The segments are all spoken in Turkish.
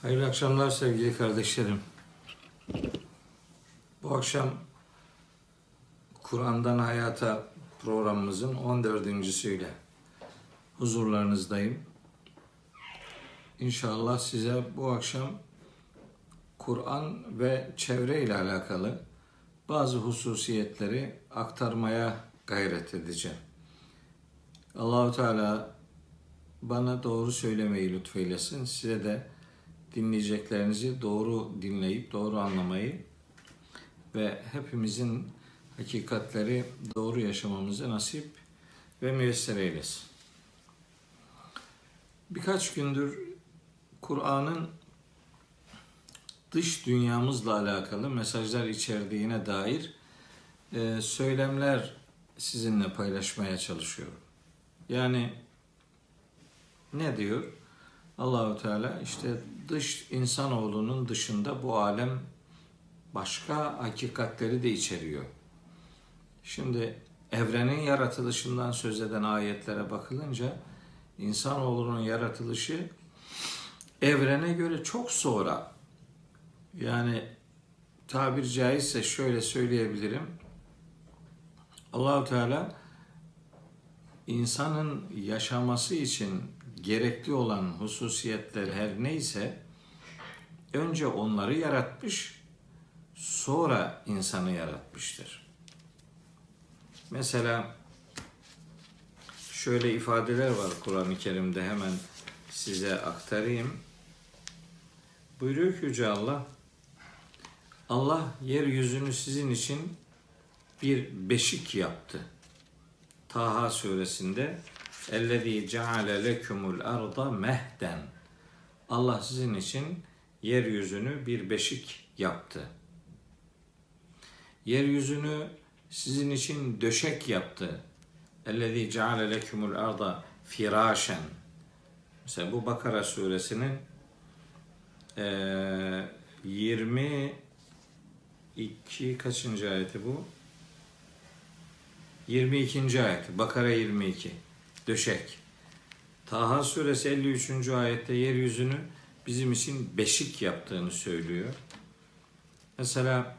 Hayırlı akşamlar sevgili kardeşlerim. Bu akşam Kur'an'dan Hayata programımızın 14.'süyle huzurlarınızdayım. İnşallah size bu akşam Kur'an ve çevre ile alakalı bazı hususiyetleri aktarmaya gayret edeceğim. Allah-u Teala bana doğru söylemeyi lütfeylesin. Size de dinleyeceklerinizi doğru dinleyip doğru anlamayı ve hepimizin hakikatleri doğru yaşamamızı nasip ve müyesser eylesin. Birkaç gündür Kur'an'ın dış dünyamızla alakalı mesajlar içerdiğine dair söylemler sizinle paylaşmaya çalışıyorum. Yani ne diyor? Allah-u Teala işte dış insanoğlunun dışında bu alem başka hakikatleri de içeriyor. Şimdi evrenin yaratılışından söz eden ayetlere bakılınca insanoğlunun yaratılışı evrene göre çok sonra, yani tabir caizse şöyle söyleyebilirim. Allah-u Teala insanın yaşaması için gerekli olan hususiyetler her neyse önce onları yaratmış, sonra insanı yaratmıştır. Mesela şöyle ifadeler var Kur'an-ı Kerim'de, hemen size aktarayım. Buyuruyor ki Yüce Allah, Allah yeryüzünü sizin için bir beşik yaptı. Taha suresinde اَلَّذ۪ي جَعَلَ لَكُمُ الْاَرْضَ مَهْدًا. Allah sizin için yeryüzünü bir beşik yaptı. Yeryüzünü sizin için döşek yaptı. اَلَّذ۪ي جَعَلَ لَكُمُ الْاَرْضَ فِرَاشًا. Mesela bu Bakara suresinin 22 kaçıncı ayeti bu? 22. ayeti. Bakara 22. Döşek. Taha suresi 53. ayette yeryüzünü bizim için beşik yaptığını söylüyor. Mesela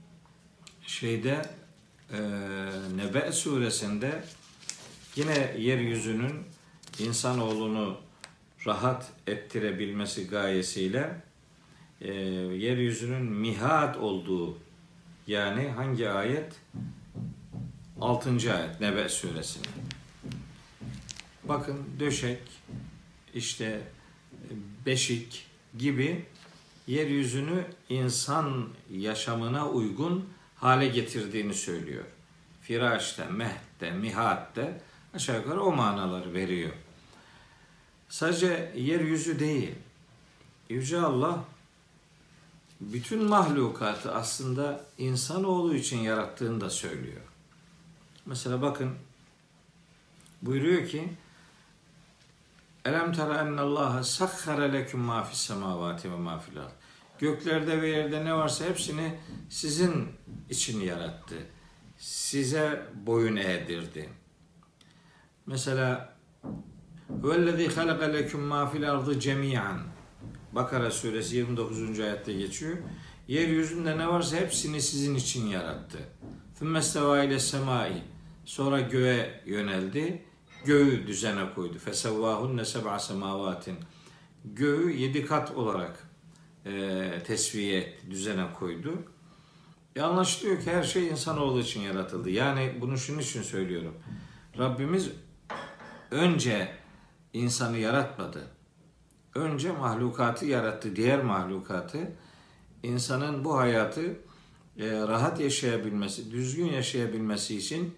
Nebe suresinde yine yeryüzünün insanoğlunu rahat ettirebilmesi gayesiyle yeryüzünün mihad olduğu, yani hangi ayet? 6. ayet Nebe suresinin. Bakın döşek, işte beşik gibi yeryüzünü insan yaşamına uygun hale getirdiğini söylüyor. Firaş'ta, meh'te, mihat'te aşağı yukarı o manaları veriyor. Sadece yeryüzü değil, Yüce Allah bütün mahlukatı aslında insanoğlu için yarattığını da söylüyor. Mesela bakın, buyuruyor ki Elem tera ennallaha sakhara lekum ma fis semavati ve ma fil ard. Göklerde ve yerde ne varsa hepsini sizin için yarattı. Size boyun eğdirdi. Mesela vellezî halaka lekum ma fil ardı cemiyan. Bakara suresi 29. ayette geçiyor. Yeryüzünde ne varsa hepsini sizin için yarattı. Thumme istevâ ile semâi. Sonra göğe yöneldi. Göğü düzene koydu. Fesevvâhunne seb'a semâvâtin. Göğü 7 kat olarak tesviye etti, düzene koydu. Anlaşılıyor ki her şey insanoğlu için yaratıldı. Yani bunu şunun için söylüyorum. Rabbimiz önce insanı yaratmadı. Önce mahlukatı yarattı. Diğer mahlukatı, insanın bu hayatı rahat yaşayabilmesi, düzgün yaşayabilmesi için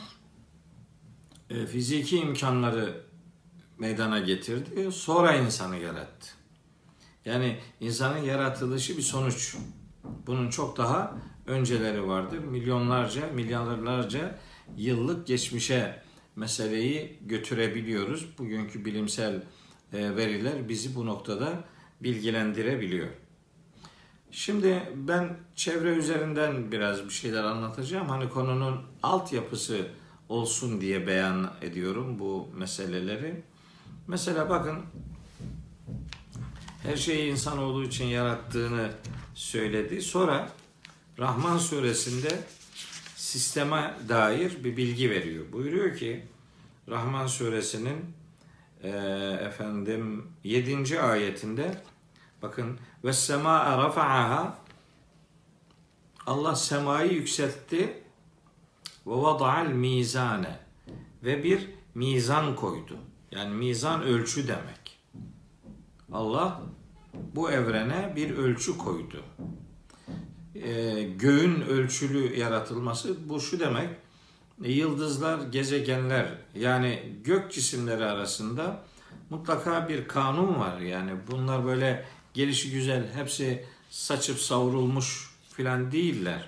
fiziki imkanları meydana getirdi. Sonra insanı yarattı. Yani insanın yaratılışı bir sonuç. Bunun çok daha önceleri vardır. Milyonlarca, milyarlarca yıllık geçmişe meseleyi götürebiliyoruz. Bugünkü bilimsel veriler bizi bu noktada bilgilendirebiliyor. Şimdi ben çevre üzerinden biraz bir şeyler anlatacağım. Hani konunun altyapısı olsun diye beyan ediyorum bu meseleleri. Mesela bakın, her şeyi insanoğlu için yarattığını söyledi. Sonra Rahman suresinde sisteme dair bir bilgi veriyor. Buyuruyor ki Rahman suresinin 7. ayetinde bakın ve semâe rafa'aha, Allah semayı yükseltti ve vada'al mizane, ve bir mizan koydu. Yani mizan ölçü demek. Allah bu evrene bir ölçü koydu. Göğün ölçülü yaratılması bu şu demek: yıldızlar, gezegenler, yani gök cisimleri arasında mutlaka bir kanun var. Yani bunlar böyle gelişigüzel, hepsi saçıp savrulmuş filan değiller.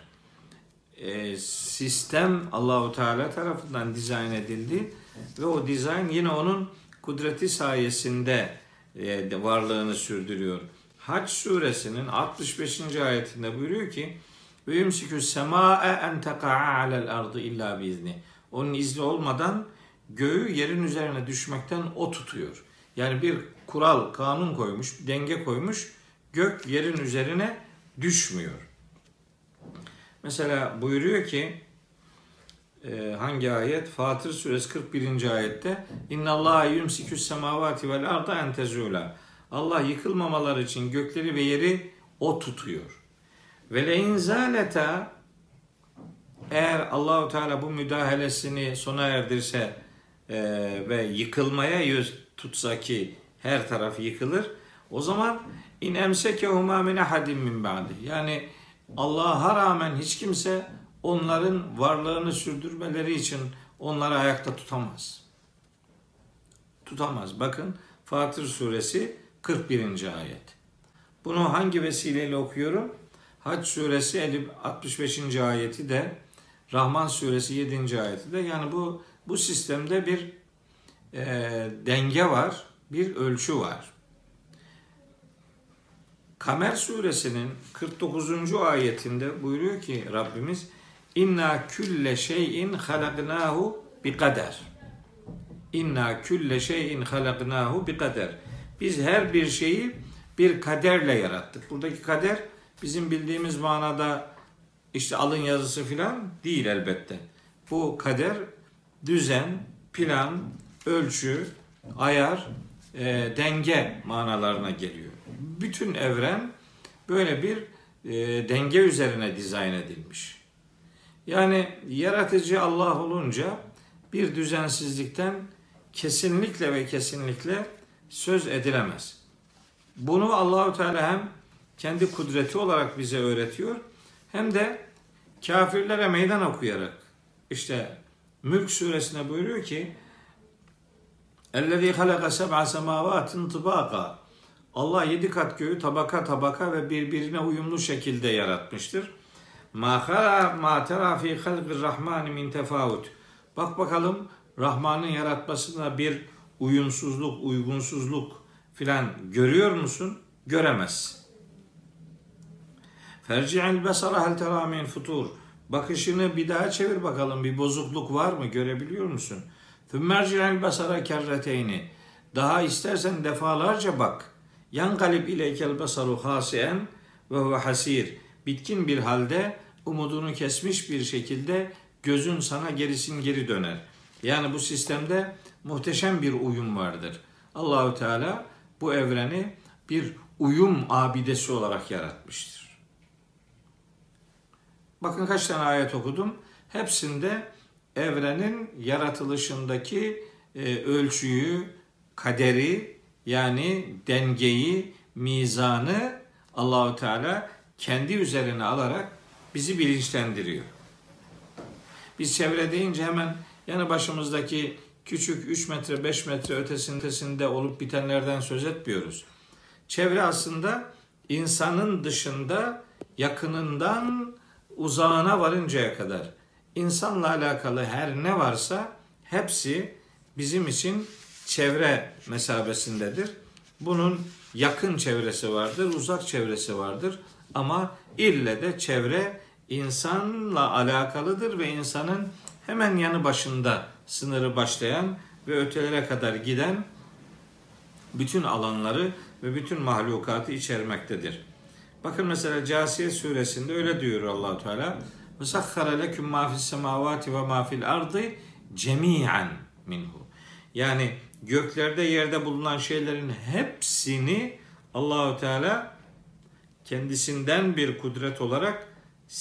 Sistem Allahu Teala tarafından dizayn edildi ve o dizayn yine onun kudreti sayesinde varlığını sürdürüyor. Hac suresinin 65. ayetinde buyuruyor ki ve yumsikü semâe en teka'a alel ardı illa biizni. Onun izni olmadan göğü yerin üzerine düşmekten o tutuyor. Yani bir kural, kanun koymuş, denge koymuş, gök yerin üzerine düşmüyor. Mesela buyuruyor ki hangi ayet? Fatır suresi 41. ayette İnnallâhe yumsikü's semâvâti vel arda en tezûlâ. Allah yıkılmamaları için gökleri ve yeri o tutuyor. Ve le inzaleta, eğer Allahu Teala bu müdahalesini sona erdirse ve yıkılmaya yüz tutsa ki her taraf yıkılır, o zaman in emsekehuma min ahadin min ba'di. Yani Allah'a rağmen hiç kimse onların varlığını sürdürmeleri için onları ayakta tutamaz. Tutamaz. Bakın Fatır suresi 41. ayet. Bunu hangi vesileyle okuyorum? Hac suresi 65. ayeti de, Rahman suresi 7. ayeti de. Yani bu sistemde bir denge var, bir ölçü var. Kamer suresinin 49. ayetinde buyuruyor ki Rabbimiz İnna külle şeyin halaknahu bi kader. İnna külle şeyin halaknahu bi kader. Biz her bir şeyi bir kaderle yarattık. Buradaki kader bizim bildiğimiz manada işte alın yazısı filan değil elbette. Bu kader düzen, plan, ölçü, ayar, denge manalarına geliyor. Bütün evren böyle bir denge üzerine dizayn edilmiş. Yani yaratıcı Allah olunca bir düzensizlikten kesinlikle ve kesinlikle söz edilemez. Bunu Allahu Teala hem kendi kudreti olarak bize öğretiyor, hem de kafirlere meydan okuyarak. İşte Mülk suresine buyuruyor ki اَلَّذ۪ي خَلَقَ سَبْعَ سَمَاوَاتٍ طِبَاقًا. Allah 7 kat göğü tabaka tabaka ve birbirine uyumlu şekilde yaratmıştır. مَا تَرَى ف۪ي خَلْقِ الرَّحْمَانِ مِنْ تَفَاوُتٍ. Bak bakalım Rahman'ın yaratmasında bir uyumsuzluk, uygunsuzluk filan görüyor musun? Göremezsin. فَرْجِعِ الْبَصَرَ هَلْ تَرَى مِنْ فُتُورٍ. Bakışını bir daha çevir bakalım, bir bozukluk var mı? Görebiliyor musun? ثُمَّرْجِعِ الْبَصَرَ كَرَّتَيْنِ. Daha istersen defalarca bak. يَنْقَلِبْ اِلَيْكَ الْبَصَرُ خَاسِئًا وَهُوَ حَسِيرٌ. Bitkin bir halde, umudunu kesmiş bir şekilde gözün sana gerisin geri döner. Yani bu sistemde muhteşem bir uyum vardır. Allahu Teala bu evreni bir uyum abidesi olarak yaratmıştır. Bakın kaç tane ayet okudum. Hepsinde evrenin yaratılışındaki ölçüyü, kaderi, yani dengeyi, mizanı Allahu Teala kendi üzerine alarak bizi bilinçlendiriyor. Biz çevre deyince hemen yanı başımızdaki küçük 3 metre 5 metre ötesinde olup bitenlerden söz etmiyoruz. Çevre aslında insanın dışında yakınından uzağına varıncaya kadar insanla alakalı her ne varsa hepsi bizim için çevre mesabesindedir. Bunun yakın çevresi vardır, uzak çevresi vardır ama ille de çevre insanla alakalıdır ve insanın hemen yanı başında sınırı başlayan ve ötelere kadar giden bütün alanları ve bütün mahlukatı içermektedir. Bakın mesela Câsiye suresinde öyle diyor Allah Teala: "Musakhkhara leküm mâ fis semâvâti ve mâ fil ardı cemî'an minhu." Yani göklerde yerde bulunan şeylerin hepsini Allahu Teala kendisinden bir kudret olarak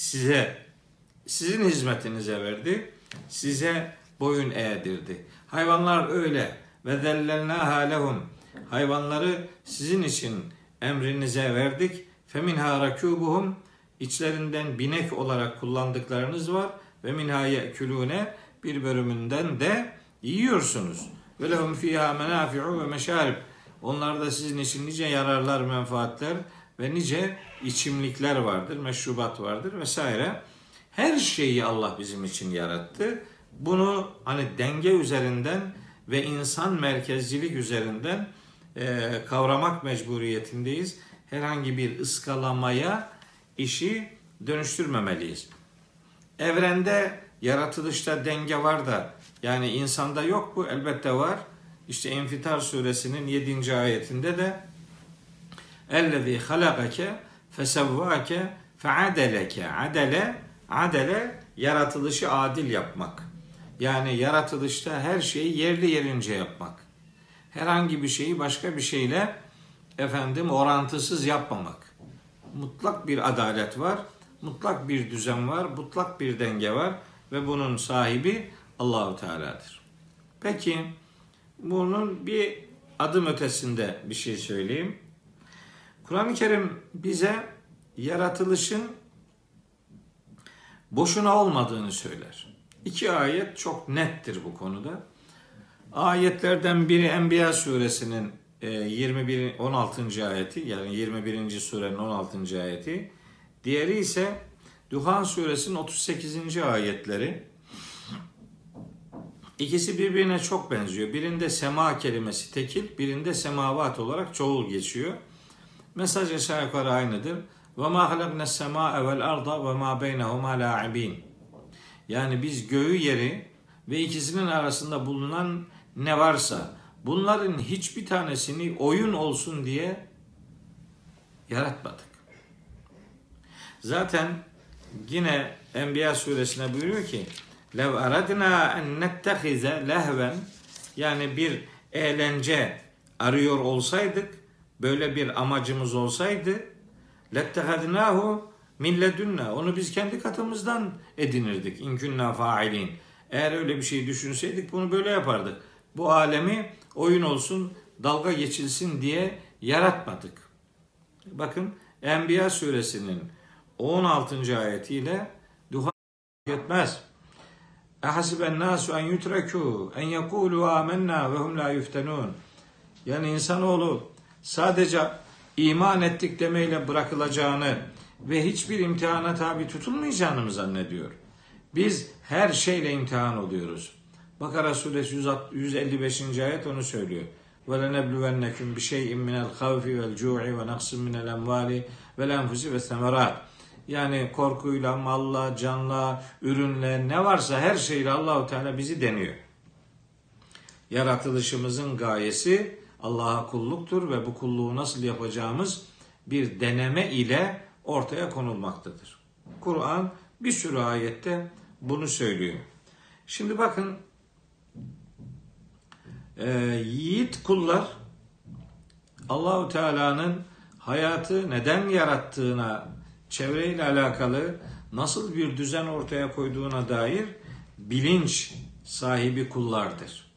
sizin hizmetinize verdi. Size boyun eğdirdi. Hayvanlar öyle. Ve zellelnâhâ lehum. Hayvanları sizin için emrinize verdik. Feminhâ rakûbuhum. İçlerinden binek olarak kullandıklarınız var. Ve minhâ ye'kulûne. Bir bölümünden de yiyorsunuz. Ve lehum fîhâ menâfi'u ve meşârib. Onlarda sizin için nice yararlar, menfaatler ve nice içimlikler vardır, meşrubat vardır vesaire. Her şeyi Allah bizim için yarattı. Bunu hani denge üzerinden ve insan merkezcilik üzerinden kavramak mecburiyetindeyiz. Herhangi bir ıskalamaya işi dönüştürmemeliyiz. Evrende, yaratılışta denge var da yani insanda yok bu, elbette var. İşte İnfitar suresinin 7. ayetinde de اَلَّذ۪ي خَلَقَكَ فَسَوَّاكَ فَعَدَلَكَ. Adele yaratılışı adil yapmak. Yani yaratılışta her şeyi yerli yerince yapmak. Herhangi bir şeyi başka bir şeyle orantısız yapmamak. Mutlak bir adalet var, mutlak bir düzen var, mutlak bir denge var ve bunun sahibi Allahu Teala'dır. Peki bunun bir adım ötesinde bir şey söyleyeyim. Kur'an-ı Kerim bize yaratılışın boşuna olmadığını söyler. 2 ayet çok nettir bu konuda. Ayetlerden biri Enbiya suresinin 16. ayeti, yani 21. surenin 16. ayeti. Diğeri ise Duhan suresinin 38. ayetleri. İkisi birbirine çok benziyor. Birinde sema kelimesi tekil, birinde semavat olarak çoğul geçiyor. Mesaj aşağı yukarı aynıdır. وَمَا خَلَقْنَا السَّمَاءَ وَالْاَرْضَ وَمَا بَيْنَهُمَا لَاعِب۪ينَ. Yani biz göğü yeri ve ikisinin arasında bulunan ne varsa bunların hiçbir tanesini oyun olsun diye yaratmadık. Zaten yine Enbiya suresine buyuruyor ki لَوْ أَرَدْنَا أَنْ نَتَّخِذَ لَهْوًا. Yani bir eğlence arıyor olsaydık, böyle bir amacımız olsaydı لَتَّخَذْنَاهُ مِنْ لَدُنَّا. Onu biz kendi katımızdan edinirdik. اِنْ كُنَّا فَاعِلِينَ. Eğer öyle bir şey düşünseydik bunu böyle yapardık. Bu alemi oyun olsun, dalga geçilsin diye yaratmadık. Bakın Enbiya suresinin 16. ayetiyle Duhan yetmez. اَحَسِبَ النَّاسُ اَنْ يُتْرَكُوا اَنْ يَقُولُوا آمَنَّا وَهُمْ لَا يُفْتَنُونَ. Yani insanoğlu sadece iman ettik demeyle bırakılacağını ve hiçbir imtihana tabi tutulmayacağını mı zannediyor? Biz her şeyle imtihan oluyoruz. Bakara suresi 155. ayet onu söylüyor. وَلَنَبْلُوَنَّكُمْ بِشَيْءٍ مِنَ الْخَوْفِ وَالْجُوعِ وَنَقْصٍ مِنَ الْاَمْوَالِ وَالْاَنْفُسِ وَالثَّمَرَاتِ. Yani korkuyla, malla, canla, ürünle ne varsa her şeyle Allahu Teala bizi deniyor. Yaratılışımızın gayesi Allah'a kulluktur ve bu kulluğu nasıl yapacağımız bir deneme ile ortaya konulmaktadır. Kur'an bir sürü ayette bunu söylüyor. Şimdi bakın yiğit kullar Allahu Teala'nın hayatı neden yarattığına, çevreyle alakalı nasıl bir düzen ortaya koyduğuna dair bilinç sahibi kullardır.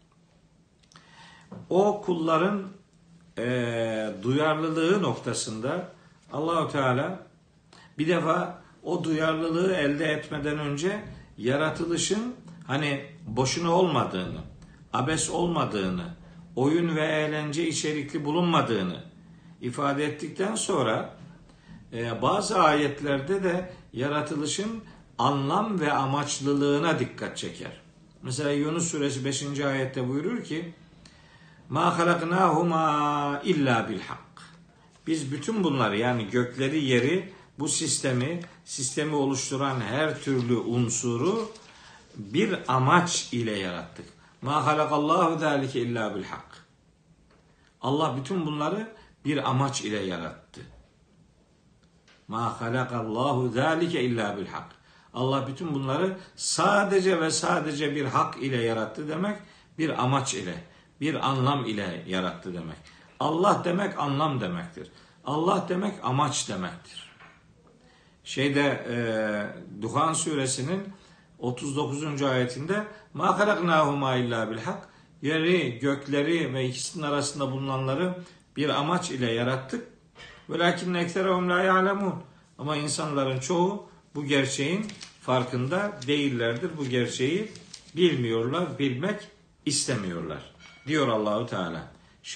O kulların duyarlılığı noktasında Allahu Teala bir defa o duyarlılığı elde etmeden önce yaratılışın hani boşuna olmadığını, abes olmadığını, oyun ve eğlence içerikli bulunmadığını ifade ettikten sonra bazı ayetlerde de yaratılışın anlam ve amaçlılığına dikkat çeker. Mesela Yunus suresi 5. ayette buyurur ki مَا خَلَقْنَاهُمَا اِلَّا بِالْحَقِّ. Biz bütün bunları, yani gökleri, yeri, bu sistemi oluşturan her türlü unsuru bir amaç ile yarattık. مَا خَلَقَ اللّٰهُ ذَٰلِكَ اِلَّا بِالْحَقِّ. Allah bütün bunları bir amaç ile yarattı. Ma halakallahu zalike illa bil hak. Allah bütün bunları sadece ve sadece bir hak ile yarattı demek, bir amaç ile, bir anlam ile yarattı demek. Allah demek anlam demektir. Allah demek amaç demektir. Duhan suresinin 39. ayetinde ma halaknahuma illa bil hak, yeri, gökleri ve ikisinin arasında bulunanları bir amaç ile yarattık. Velakinne ekserehum la ya'lemun. Ama insanların çoğu bu gerçeğin farkında değillerdir. Bu gerçeği bilmiyorlar, bilmek istemiyorlar. Diyor Allahu Teala.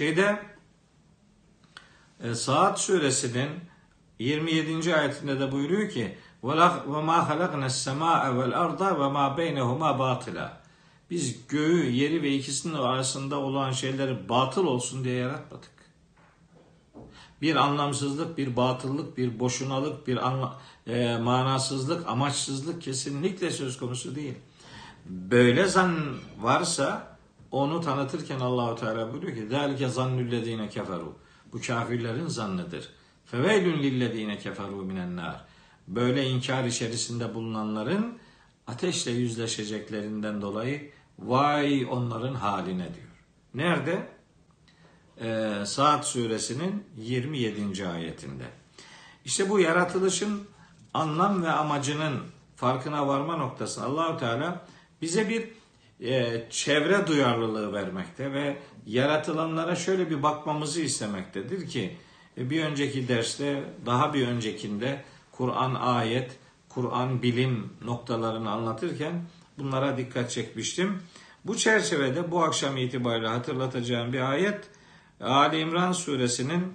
Saat suresinin 27. ayetinde de buyuruyor ki ve ma halaknas semaa vel arda ve ma beynehuma batila. Biz göğü, yeri ve ikisinin arasında olan şeyleri batıl olsun diye yaratmadık. Bir anlamsızlık, bir batıllık, bir boşunalık, bir manasızlık, amaçsızlık kesinlikle söz konusu değil. Böyle zan varsa onu tanıtırken Allahu Teala buyuruyor ki zalike zannüllezine keferu. Bu kafirlerin zannıdır. Feveylün lillezine keferu minen nar. Böyle inkar içerisinde bulunanların ateşle yüzleşeceklerinden dolayı vay onların haline diyor. Nerede? Saat suresinin 27. ayetinde. İşte bu yaratılışın anlam ve amacının farkına varma noktasında Allahu Teala bize bir çevre duyarlılığı vermekte ve yaratılanlara şöyle bir bakmamızı istemektedir ki bir önceki derste, daha bir öncekinde Kur'an ayet, Kur'an bilim noktalarını anlatırken bunlara dikkat çekmiştim. Bu çerçevede bu akşam itibariyle hatırlatacağım bir ayet Ali İmran suresinin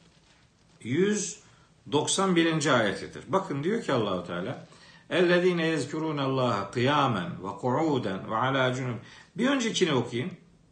191. ayetidir. Bakın diyor ki Allahu Teala "Ellezine yezkurunallaha kıyamen ve kuuden ve ala cunub." Bir öncekini okuyayım.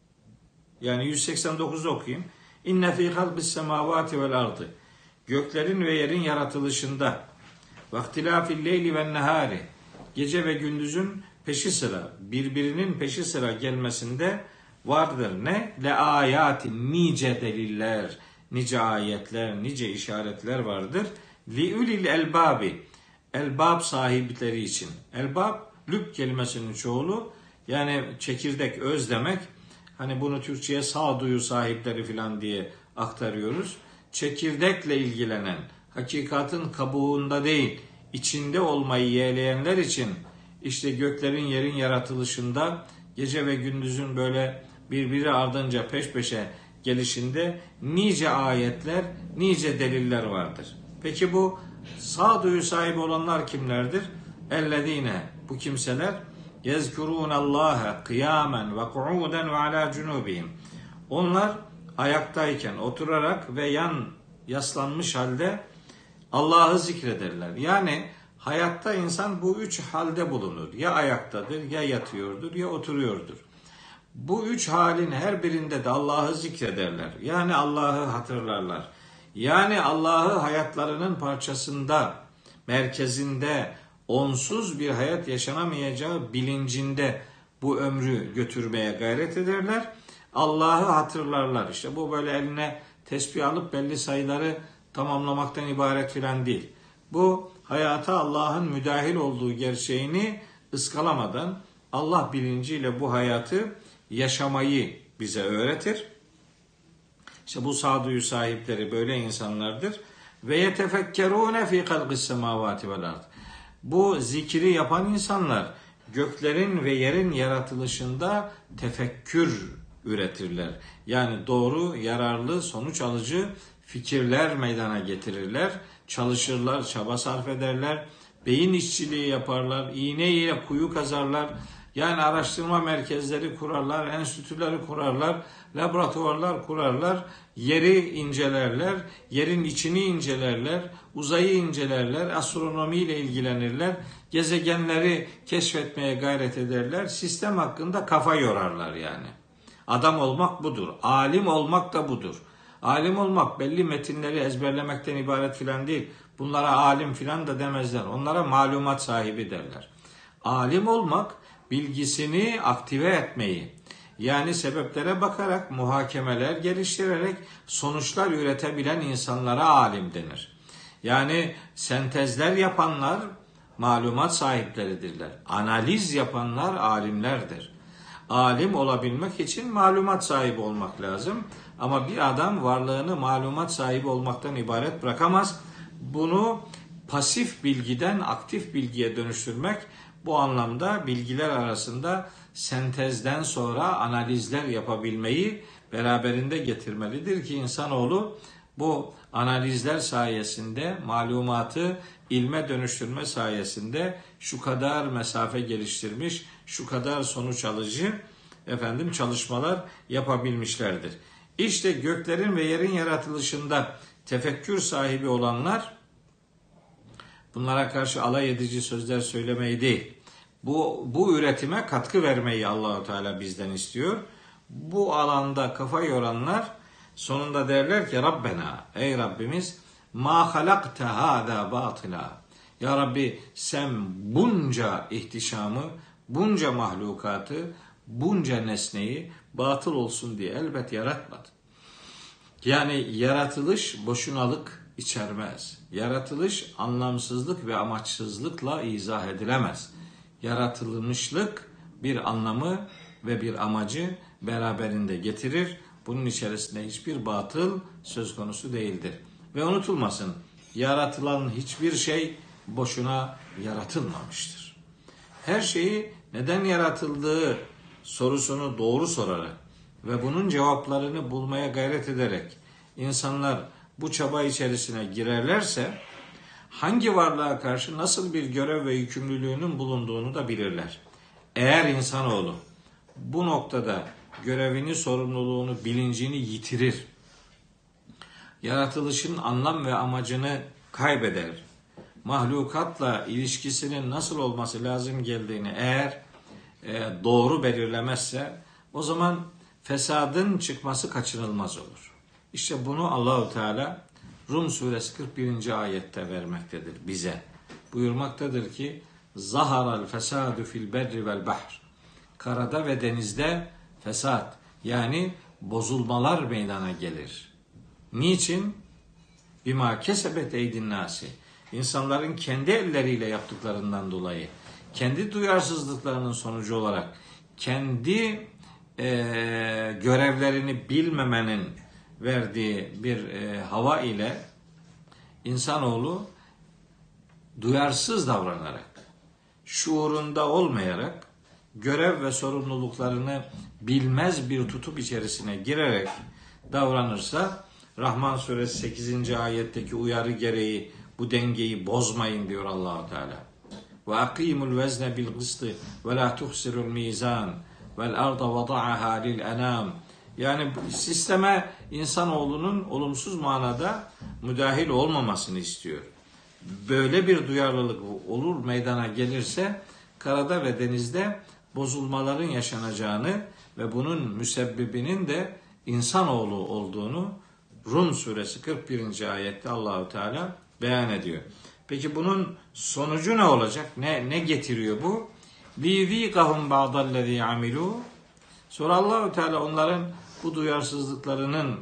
Yani 189'u okuyayım. İnne fî halqis semâvâti vel ardı. Göklerin ve yerin yaratılışında ve ihtilâfil leyli ve nehâri. Gece ve gündüzün peşi sıra, birbirinin peşi sıra gelmesinde vardır. Ne? Le ayatin, nice deliller, nice ayetler, nice işaretler vardır. Li ulil elbabi. Elbab sahipleri için. Elbab, lüb kelimesinin çoğulu. Yani çekirdek, öz demek. Hani bunu Türkçe'ye sağduyu sahipleri falan diye aktarıyoruz. Çekirdekle ilgilenen, hakikatin kabuğunda değil, içinde olmayı yeğleyenler için işte göklerin yerin yaratılışında gece ve gündüzün böyle birbiri ardınca peş peşe gelişinde nice ayetler, nice deliller vardır. Peki bu sağduyu sahibi olanlar kimlerdir? Ellezine, bu kimseler yezkurunallaha kıyamen ve kuuden ve ala cunubihim. Onlar ayaktayken, oturarak ve yaslanmış halde Allah'ı zikrederler. Yani hayatta insan bu üç halde bulunur. Ya ayaktadır, ya yatıyordur, ya oturuyordur. Bu üç halin her birinde de Allah'ı zikrederler. Yani Allah'ı hatırlarlar. Yani Allah'ı hayatlarının parçasında, merkezinde, onsuz bir hayat yaşanamayacağı bilincinde bu ömrü götürmeye gayret ederler. Allah'ı hatırlarlar. İşte bu böyle eline tesbih alıp belli sayıları tamamlamaktan ibaret filan değil. Bu hayata Allah'ın müdahil olduğu gerçeğini ıskalamadan Allah bilinciyle bu hayatı yaşamayı bize öğretir. İşte bu sağduyu sahipleri böyle insanlardır. Ve yetefekkerûne fî halqis semâvâti vel ard. Bu zikri yapan insanlar göklerin ve yerin yaratılışında tefekkür üretirler. Yani doğru, yararlı, sonuç alıcı fikirler meydana getirirler. Çalışırlar, çaba sarf ederler. Beyin işçiliği yaparlar. İğne ile kuyu kazarlar. Yani araştırma merkezleri kurarlar, enstitüleri kurarlar, laboratuvarlar kurarlar, yeri incelerler, yerin içini incelerler, uzayı incelerler, astronomiyle ilgilenirler, gezegenleri keşfetmeye gayret ederler, sistem hakkında kafa yorarlar yani. Adam olmak budur, alim olmak da budur. Alim olmak belli metinleri ezberlemekten ibaret filan değil. Bunlara alim filan da demezler, onlara malumat sahibi derler. Alim olmak, bilgisini aktive etmeyi, Yani sebeplere bakarak, muhakemeler geliştirerek sonuçlar üretebilen insanlara alim denir. Yani sentezler yapanlar malumat sahipleridirler. Analiz yapanlar alimlerdir. Alim olabilmek için malumat sahibi olmak lazım. Ama bir adam varlığını malumat sahibi olmaktan ibaret bırakamaz. Bunu pasif bilgiden aktif bilgiye dönüştürmek, bu anlamda bilgiler arasında sentezden sonra analizler yapabilmeyi beraberinde getirmelidir ki insanoğlu bu analizler sayesinde, malumatı ilme dönüştürme sayesinde şu kadar mesafe geliştirmiş, şu kadar sonuç alıcı çalışmalar yapabilmişlerdir. İşte göklerin ve yerin yaratılışında tefekkür sahibi olanlar, bunlara karşı alay edici sözler söylemeyi değil, bu üretime katkı vermeyi Allahu Teala bizden istiyor. Bu alanda kafa yoranlar sonunda derler ki Rabbena, ey Rabbimiz, ma halakte hâdâ batıla. Ya Rabbi, sen bunca ihtişamı, bunca mahlukatı, bunca nesneyi batıl olsun diye elbet yaratmadın. Yani yaratılış boşunalık içermez. Yaratılış anlamsızlık ve amaçsızlıkla izah edilemez. Yaratılmışlık bir anlamı ve bir amacı beraberinde getirir. Bunun içerisinde hiçbir batıl söz konusu değildir. Ve unutulmasın, yaratılan hiçbir şey boşuna yaratılmamıştır. Her şeyi neden yaratıldığı sorusunu doğru sorarak ve bunun cevaplarını bulmaya gayret ederek insanlar bu çaba içerisine girerlerse hangi varlığa karşı nasıl bir görev ve yükümlülüğünün bulunduğunu da bilirler. Eğer insanoğlu bu noktada görevini, sorumluluğunu, bilincini yitirir, yaratılışın anlam ve amacını kaybeder, mahlukatla ilişkisinin nasıl olması lazım geldiğini eğer doğru belirlemezse, o zaman fesadın çıkması kaçınılmaz olur. İşte bunu Allahu Teala Rum suresi 41. ayette vermektedir bize. Buyurmaktadır ki zaharal fesadu fil berri vel bahr. Karada ve denizde fesat, yani bozulmalar meydana gelir. Niçin? Bima kesebet eydin nasi. İnsanların kendi elleriyle yaptıklarından dolayı, kendi duyarsızlıklarının sonucu olarak, kendi görevlerini bilmemenin verdiği bir hava ile insanoğlu duyarsız davranarak, şuurunda olmayarak, görev ve sorumluluklarını bilmez bir tutum içerisine girerek davranırsa, Rahman suresi 8. ayetteki uyarı gereği bu dengeyi bozmayın diyor Allah-u Teala. Ve akimul vezne bil kıstı ve la tuhsirul mizan vel arda vada'aha lil enam. Yani sisteme insanoğlunun olumsuz manada müdahil olmamasını istiyor. Böyle bir duyarlılık olur meydana gelirse karada ve denizde bozulmaların yaşanacağını ve bunun müsebbibinin de insanoğlu olduğunu Rum suresi 41. ayette Allahu Teala beyan ediyor. Peki bunun sonucu ne olacak? Ne getiriyor bu? Livikahum ba'dallezî amilû. Sonra Allahu Teala onların bu duyarsızlıklarının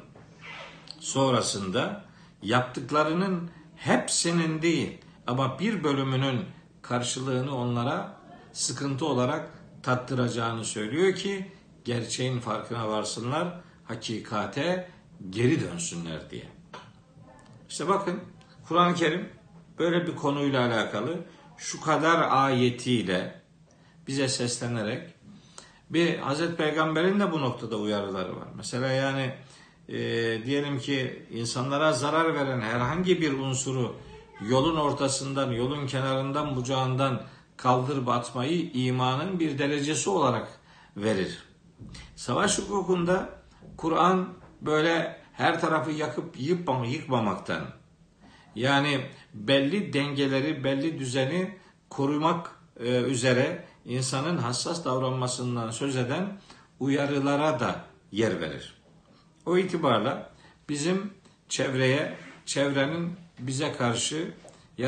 sonrasında yaptıklarının hepsinin değil ama bir bölümünün karşılığını onlara sıkıntı olarak tattıracağını söylüyor ki gerçeğin farkına varsınlar, hakikate geri dönsünler diye. İşte bakın, Kur'an-ı Kerim böyle bir konuyla alakalı şu kadar ayetiyle bize seslenerek, bir Hazreti Peygamber'in de bu noktada uyarıları var. Mesela yani diyelim ki insanlara zarar veren herhangi bir unsuru yolun ortasından, yolun kenarından, bucağından kaldırıp atmayı imanın bir derecesi olarak verir. Savaş hukukunda Kur'an böyle her tarafı yakıp yıkmamaktan, yani belli dengeleri, belli düzeni korumak üzere insanın hassas davranmasından söz eden uyarılara da yer verir. O itibarla bizim çevrenin bize karşı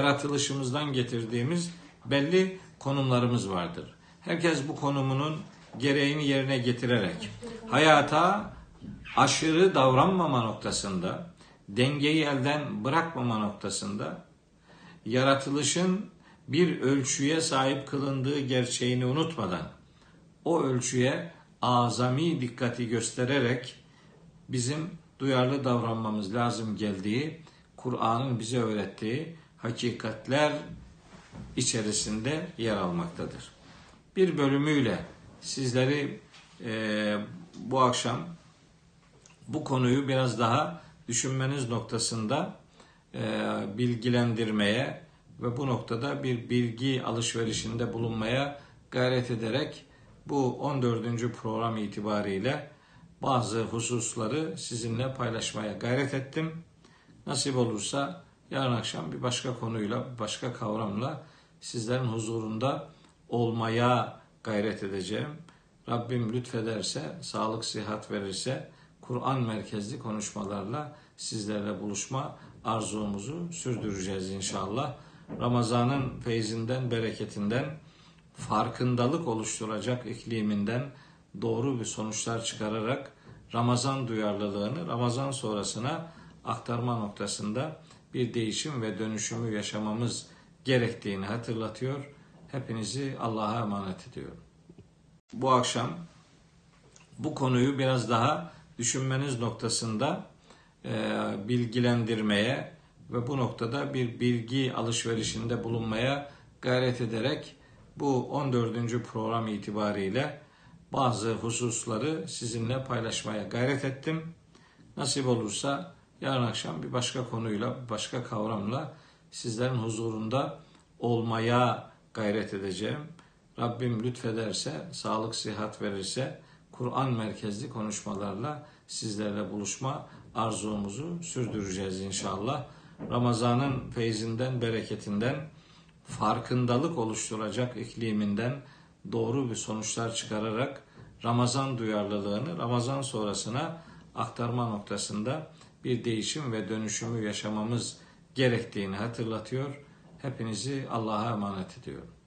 yaratılışımızdan getirdiğimiz belli konumlarımız vardır. Herkes bu konumunun gereğini yerine getirerek hayata aşırı davranmama noktasında, dengeyi elden bırakmama noktasında, yaratılışın bir ölçüye sahip kılındığı gerçeğini unutmadan o ölçüye azami dikkati göstererek bizim duyarlı davranmamız lazım geldiği, Kur'an'ın bize öğrettiği hakikatler içerisinde yer almaktadır. Bir bölümüyle sizleri bu akşam bu konuyu biraz daha düşünmeniz noktasında bilgilendirmeye ve bu noktada bir bilgi alışverişinde bulunmaya gayret ederek bu 14. program itibariyle bazı hususları sizinle paylaşmaya gayret ettim. Nasip olursa yarın akşam bir başka konuyla, bir başka kavramla sizlerin huzurunda olmaya gayret edeceğim. Rabbim lütfederse, sağlık, sıhhat verirse Kur'an merkezli konuşmalarla sizlerle buluşma arzumuzu sürdüreceğiz inşallah. Ramazan'ın feyzinden, bereketinden, farkındalık oluşturacak ikliminden doğru bir sonuçlar çıkararak Ramazan duyarlılığını Ramazan sonrasına aktarma noktasında bir değişim ve dönüşümü yaşamamız gerektiğini hatırlatıyor. Hepinizi Allah'a emanet ediyorum. Bu akşam bu konuyu biraz daha düşünmeniz noktasında bilgilendirmeye ve bu noktada bir bilgi alışverişinde bulunmaya gayret ederek bu 14. program itibariyle bazı hususları sizinle paylaşmaya gayret ettim. Nasip olursa yarın akşam bir başka konuyla, bir başka kavramla sizlerin huzurunda olmaya gayret edeceğim. Rabbim lütfederse, sağlık, sıhhat verirse Kur'an merkezli konuşmalarla sizlerle buluşma arzumuzu sürdüreceğiz inşallah. Ramazan'ın feyzinden, bereketinden, farkındalık oluşturacak ikliminden doğru bir sonuçlar çıkararak Ramazan duyarlılığını Ramazan sonrasına aktarma noktasında bir değişim ve dönüşümü yaşamamız gerektiğini hatırlatıyor. Hepinizi Allah'a emanet ediyorum.